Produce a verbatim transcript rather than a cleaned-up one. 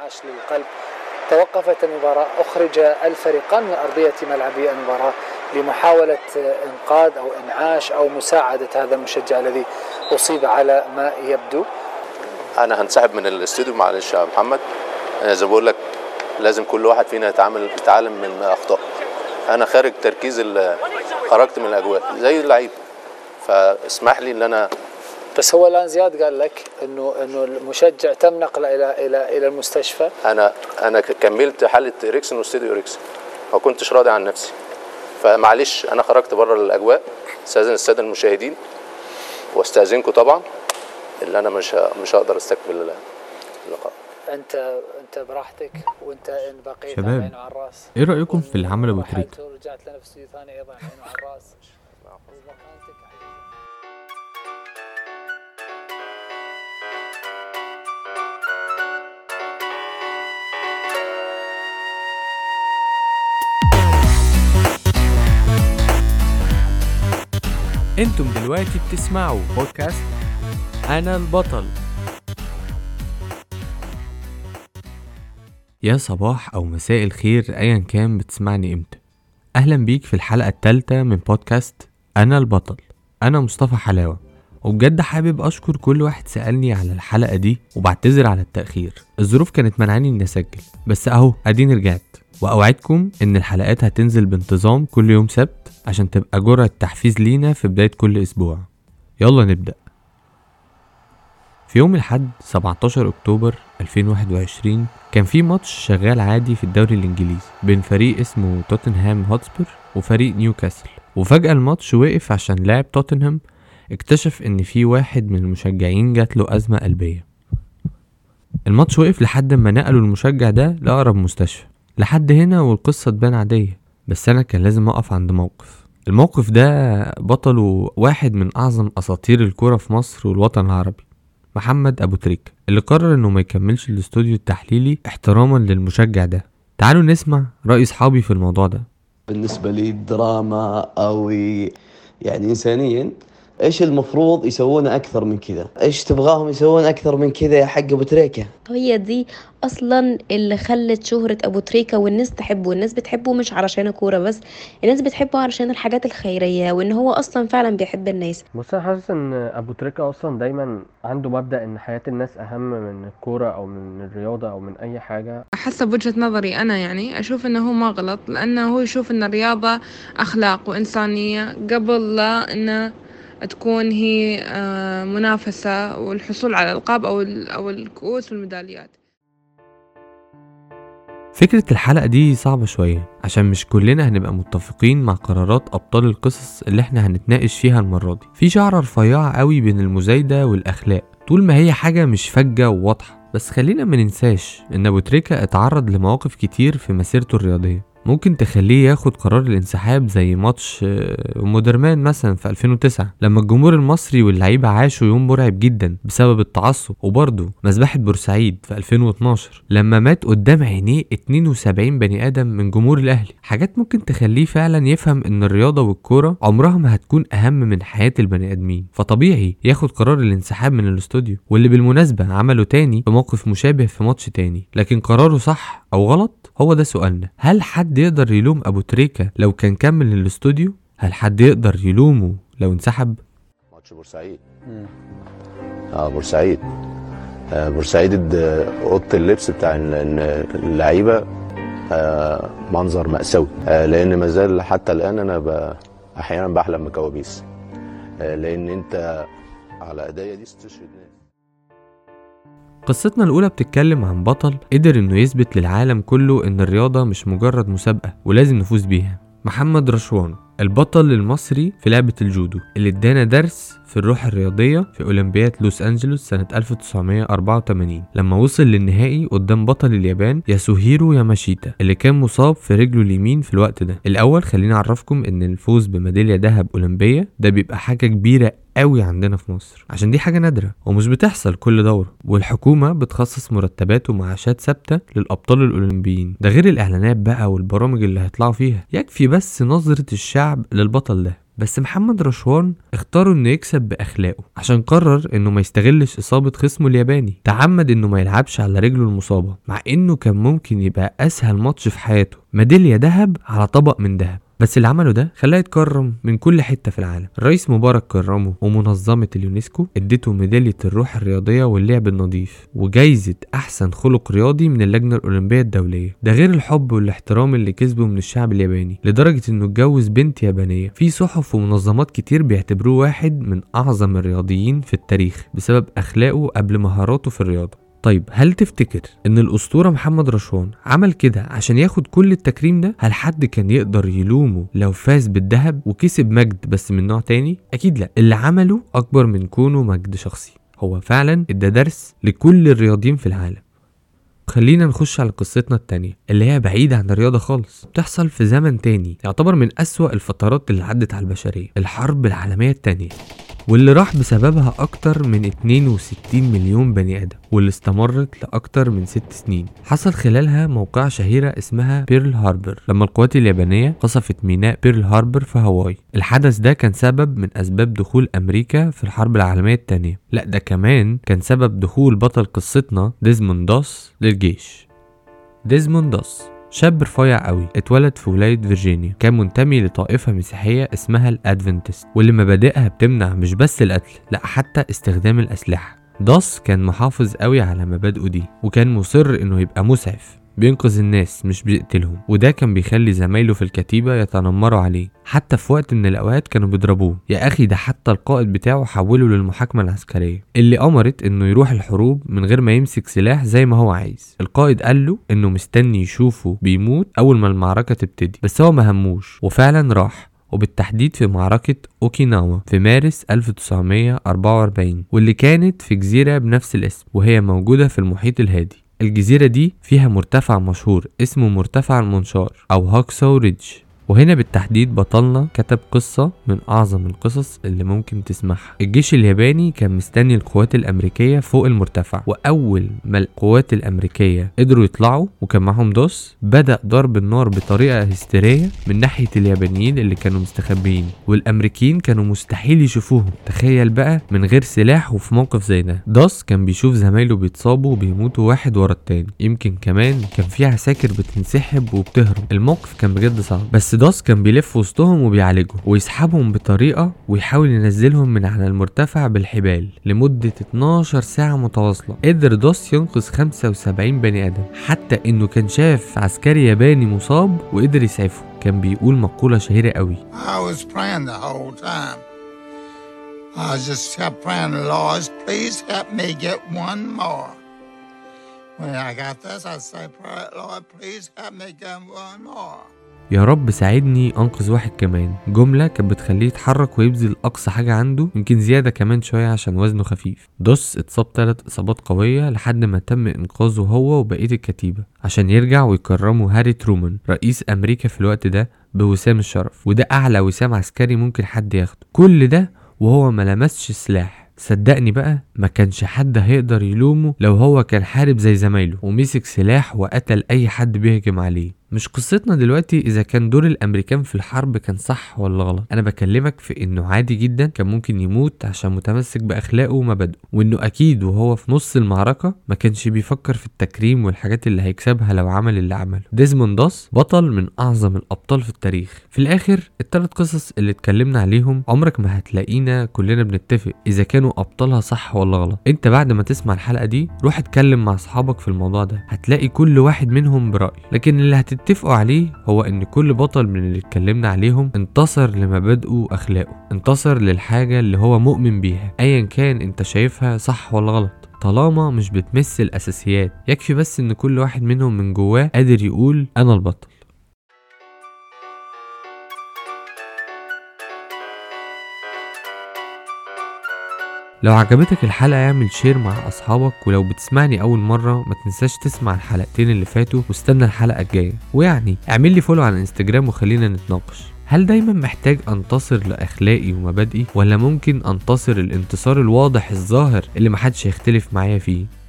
انعاش للقلب. توقفت المباراة، أخرج الفريقان من أرضية ملعبي المباراة لمحاولة إنقاذ أو إنعاش أو مساعدة هذا المشجع الذي أصيب على ما يبدو. أنا هنسحب من الاستوديو معلش يا محمد. أنا زي بقول لك لازم كل واحد فينا يتعامل يتعلم من أخطاء. أنا خارج تركيز، خرجت من الأجواء زي اللعيب، فاسمح لي إن أنا. بس هو الآن زياد قال لك إنه إنه المشجع تم نقله إلى إلى إلى المستشفى. أنا أنا كملت حالة إريكسن واستوديو إريكسن، ما كنتش راضي عن نفسي، فمعلش أنا خرجت بره الأجواء. استأذن السادة المشاهدين واستأذنكم طبعا، اللي أنا مش مش هقدر استكمل اللقاء. أنت أنت براحتك، وأنت إن بقيت شباب عينه على الرأس. إيه رأيكم في اللي عمله أبو تريكة؟ رجعت لنا في استوديو ثاني أيضا عينه على الرأس. انتم دلوقتي بتسمعوا بودكاست أنا البطل. يا صباح أو مساء الخير أيا كان بتسمعني امتى، أهلا بيك في الحلقة الثالثة من بودكاست أنا البطل. أنا مصطفى حلاوة، وبجد حابب أشكر كل واحد سألني على الحلقة دي، وبعتذر على التأخير. الظروف كانت منعني إني أسجل، بس أهو أدين رجعت. وأوعدكم إن الحلقات هتنزل بانتظام كل يوم سبت عشان تبقى جرعة تحفيز لينا في بداية كل أسبوع. يلا نبدأ. في يوم الحد سبعتاشر أكتوبر ألفين وواحد وعشرين كان في ماتش شغال عادي في الدوري الإنجليزي بين فريق اسمه توتنهام هوتسبير وفريق نيوكاسل. وفجأة الماتش وقف عشان لاعب توتنهام اكتشف ان في واحد من المشجعين جات له أزمة قلبية. الماتش وقف لحد ما نقلوا المشجع ده لأقرب مستشفى. لحد هنا والقصة تبان عادية، بس أنا كان لازم أقف عند موقف. الموقف ده بطله واحد من أعظم أساطير الكرة في مصر والوطن العربي، محمد أبو تريكة، اللي قرر إنه ما يكملش الاستوديو التحليلي احتراما للمشجع ده. تعالوا نسمع رأي أصحابي في الموضوع ده. بالنسبة لي دراما أو يعني إنسانيا إيش المفروض يسوون أكثر من كذا؟ إيش تبغاهم يسوون أكثر من كذا يا حق أبو تريكة؟ هي دي أصلا اللي خلت شهرة أبو تريكة والناس تحبه. الناس بتحبه مش علشان الكورة بس، الناس بتحبه علشان الحاجات الخيرية، وإن هو أصلا فعلا بيحب الناس. بص انا حاسس ان ابو تريكة اصلا دايما عنده مبدأ ان حياة الناس اهم من الكورة او من الرياضة او من اي حاجة. حسب وجهة نظري انا يعني اشوف انه هو ما غلط، لانه هو يشوف ان الرياضة اخلاق وانسانية قبل لا انه تكون هي منافسة والحصول على الألقاب او او الكؤوس والميداليات. فكرة الحلقة دي صعبة شوية عشان مش كلنا هنبقى متفقين مع قرارات أبطال القصص اللي احنا هنتناقش فيها المرة دي. في شعرة رفيعة قوي بين المزايدة والأخلاق طول ما هي حاجة مش فجة وواضحة. بس خلينا ما ننساش إن أبو تريكة اتعرض لمواقف كتير في مسيرته الرياضية ممكن تخليه ياخد قرار الانسحاب، زي ماتش مودرمان مثلا في ألفين وتسعة لما الجمهور المصري واللعيبه عاشوا يوم مرعب جدا بسبب التعصب. وبرضه مذبحة بورسعيد في ألفين واتناشر لما مات قدام عينيه اتنين وسبعين بني ادم من جمهور الاهلي. حاجات ممكن تخليه فعلا يفهم ان الرياضه والكوره عمرها ما هتكون اهم من حياه البني ادمين، فطبيعي ياخد قرار الانسحاب من الاستوديو، واللي بالمناسبه عمله تاني في موقف مشابه في ماتش تاني. لكن قراره صح او غلط؟ هو ده سؤالنا. هل حد يقدر يلوم أبو تريكة لو كان كمل الاستوديو؟ هل حد يقدر يلومه لو انسحب؟ ماتش بورسعيد اه بورسعيد آه بورسعيد اوضه اللبس بتاع اللعيبه آه منظر مأساوي، آه لان ما زال حتى الان انا احيانا بحلم بكوابيس، آه لان انت على ايديا دي استشهد ناس. قصتنا الأولى بتتكلم عن بطل قدر إنه يثبت للعالم كله إن الرياضة مش مجرد مسابقة ولازم نفوز بيها. محمد رشوان، البطل المصري في لعبة الجودو، اللي ادانا درس في الروح الرياضية في أولمبياد لوس أنجلوس سنة ألف وتسعمية وأربعة وتمانين لما وصل للنهائي قدام بطل اليابان ياسوهيرو ياماشيتا اللي كان مصاب في رجله اليمين في الوقت ده. الأول خليني أعرفكم إن الفوز بميدالية ذهب أولمبية ده بيبقى حاجة كبيرة قوي عندنا في مصر، عشان دي حاجة نادرة ومش بتحصل كل دورة، والحكومة بتخصص مرتبات ومعاشات ثابتة للأبطال الأولمبيين، ده غير الإعلانات بقى والبرامج اللي هيطلعوا فيها. يكفي بس نظرة الشعب للبطل ده. بس محمد رشوان اختار انه يكسب باخلاقه، عشان قرر انه ما يستغلش اصابة خصمه الياباني. تعمد انه ما يلعبش على رجله المصابة، مع انه كان ممكن يبقى اسهل ماتش في حياته، ميدالية ذهب على طبق من ذهب. بس اللي عمله ده خلاه يتكرم من كل حتة في العالم. الرئيس مبارك كرمه، ومنظمة اليونسكو ادته ميدالية الروح الرياضية واللعب النظيف، وجايزة احسن خلق رياضي من اللجنة الاولمبية الدولية. ده غير الحب والاحترام اللي كسبه من الشعب الياباني، لدرجة انه اتجوز بنت يابانية. في صحف ومنظمات كتير بيعتبروه واحد من اعظم الرياضيين في التاريخ بسبب اخلاقه قبل مهاراته في الرياضة. طيب هل تفتكر ان الاسطورة محمد رشوان عمل كده عشان ياخد كل التكريم ده؟ هل حد كان يقدر يلومه لو فاز بالذهب وكسب مجد بس من نوع تاني؟ اكيد لا. اللي عمله اكبر من كونه مجد شخصي، هو فعلا ادى درس لكل الرياضيين في العالم. خلينا نخش على قصتنا التانية اللي هي بعيدة عن الرياضة خالص، بتحصل في زمن تاني يعتبر من اسوأ الفترات اللي عدت على البشرية، الحرب العالمية التانية، واللي راح بسببها اكتر من اتنين وستين مليون بني ادم، واللي استمرت لاكتر من ست سنين. حصل خلالها موقعة شهيرة اسمها بيرل هاربر، لما القوات اليابانية قصفت ميناء بيرل هاربر في هاواي. الحدث ده كان سبب من اسباب دخول امريكا في الحرب العالمية التانية، لا ده كمان كان سبب دخول بطل قصتنا ديزموند دوس للجيش. ديزموند دوس شاب رفيع قوي، اتولد في ولاية فيرجينيا، كان منتمي لطائفة مسيحية اسمها الادفنتست، واللي مبادئها بتمنع مش بس القتل، لا حتى استخدام الاسلحة. داس كان محافظ قوي على مبادئه دي، وكان مصر انه يبقى مسعف، بينقذ الناس مش بيقتلهم، وده كان بيخلي زمايله في الكتيبة يتنمروا عليه. حتى في وقت من الاوقات كانوا بيضربوه. يا اخي ده حتى القائد بتاعه حوله للمحاكمة العسكرية اللي امرت انه يروح الحروب من غير ما يمسك سلاح زي ما هو عايز. القائد قال له انه مستني يشوفه بيموت اول ما المعركة تبتدي، بس هو ما هموش وفعلا راح، وبالتحديد في معركة اوكيناوا في مارس ألف وتسعمية أربعة وأربعين، واللي كانت في جزيرة بنفس الاسم وهي موجودة في المحيط الهادي. الجزيرة دي فيها مرتفع مشهور اسمه مرتفع المنشار أو هاكساو ريدج، وهنا بالتحديد بطلنا كتب قصة من أعظم القصص اللي ممكن تسمعها. الجيش الياباني كان مستني القوات الأمريكية فوق المرتفع، وأول ما القوات الأمريكية قدروا يطلعوا وكان معهم دوس، بدأ ضرب النار بطريقة هستيرية من ناحية اليابانيين اللي كانوا مستخبيين، والأمريكيين كانوا مستحيل يشوفوهم. تخيل بقى من غير سلاح وفي موقف زي ده. دوس كان بيشوف زمايله بيتصابوا وبيموتوا واحد ورا التاني، يمكن كمان كان في عساكر بتنسحب وبتهرب. الموقف كان بجد صعب، بس داس كان بيلف وسطهم وبيعالجهم ويسحبهم بطريقة ويحاول ينزلهم من على المرتفع بالحبال لمدة اتناشر ساعة متواصلة. قدر داس ينقذ خمسة وسبعين بني آدم، حتى انه كان شاف عسكري ياباني مصاب وقدر يسعفه. كان بيقول مقولة شهيرة قوي: I was praying the whole time. I just kept praying, Lord, please help me get one more. When I got this, I say, Lord, please help me get one more. يا رب ساعدني انقذ واحد كمان. جملة كانت بتخليه يتحرك ويبذل اقصى حاجة عنده، يمكن زيادة كمان شوية عشان وزنه خفيف. دوس اتصاب ثلاث اصابات قوية لحد ما تم انقاذه هو وبقية الكتيبة، عشان يرجع ويكرموا هاري ترومان رئيس امريكا في الوقت ده بوسام الشرف، وده اعلى وسام عسكري ممكن حد ياخده. كل ده وهو ما لمسش سلاح. صدقني بقى ما كانش حد هيقدر يلومه لو هو كان حارب زي زمايله ومسك سلاح وقتل اي حد بيهجم عليه. مش قصتنا دلوقتي اذا كان دور الامريكان في الحرب كان صح ولا غلط، انا بكلمك في انه عادي جدا كان ممكن يموت عشان متمسك باخلاقه ومبادئه، وانه اكيد وهو في نص المعركة ما كانش بيفكر في التكريم والحاجات اللي هيكسبها لو عمل اللي عمله. ديزموند دوس بطل من اعظم الابطال في التاريخ. في الاخر الثلاث قصص اللي اتكلمنا عليهم عمرك ما هتلاقينا كلنا بنتفق اذا كانوا ابطالها صح ولا غلط. انت بعد ما تسمع الحلقة دي روح اتكلم مع اصحابك في الموضوع ده، هتلاقي كل واحد منهم برأي، لكن اللي هتتفقوا عليه هو ان كل بطل من اللي اتكلمنا عليهم انتصر لمبادئه واخلاقه، انتصر للحاجة اللي هو مؤمن بيها، ايا كان انت شايفها صح ولا غلط، طالما مش بتمس الاساسيات. يكفي بس ان كل واحد منهم من جواه قادر يقول انا البطل. لو عجبتك الحلقة اعمل شير مع اصحابك، ولو بتسمعني اول مرة ما تنساش تسمع الحلقتين اللي فاتوا واستنى الحلقة الجاية، ويعني اعمل لي فولو على الانستجرام وخلينا نتناقش. هل دايما محتاج انتصر لاخلاقي ومبادئي، ولا ممكن انتصر الانتصار الواضح الظاهر اللي محدش يختلف معايا فيه؟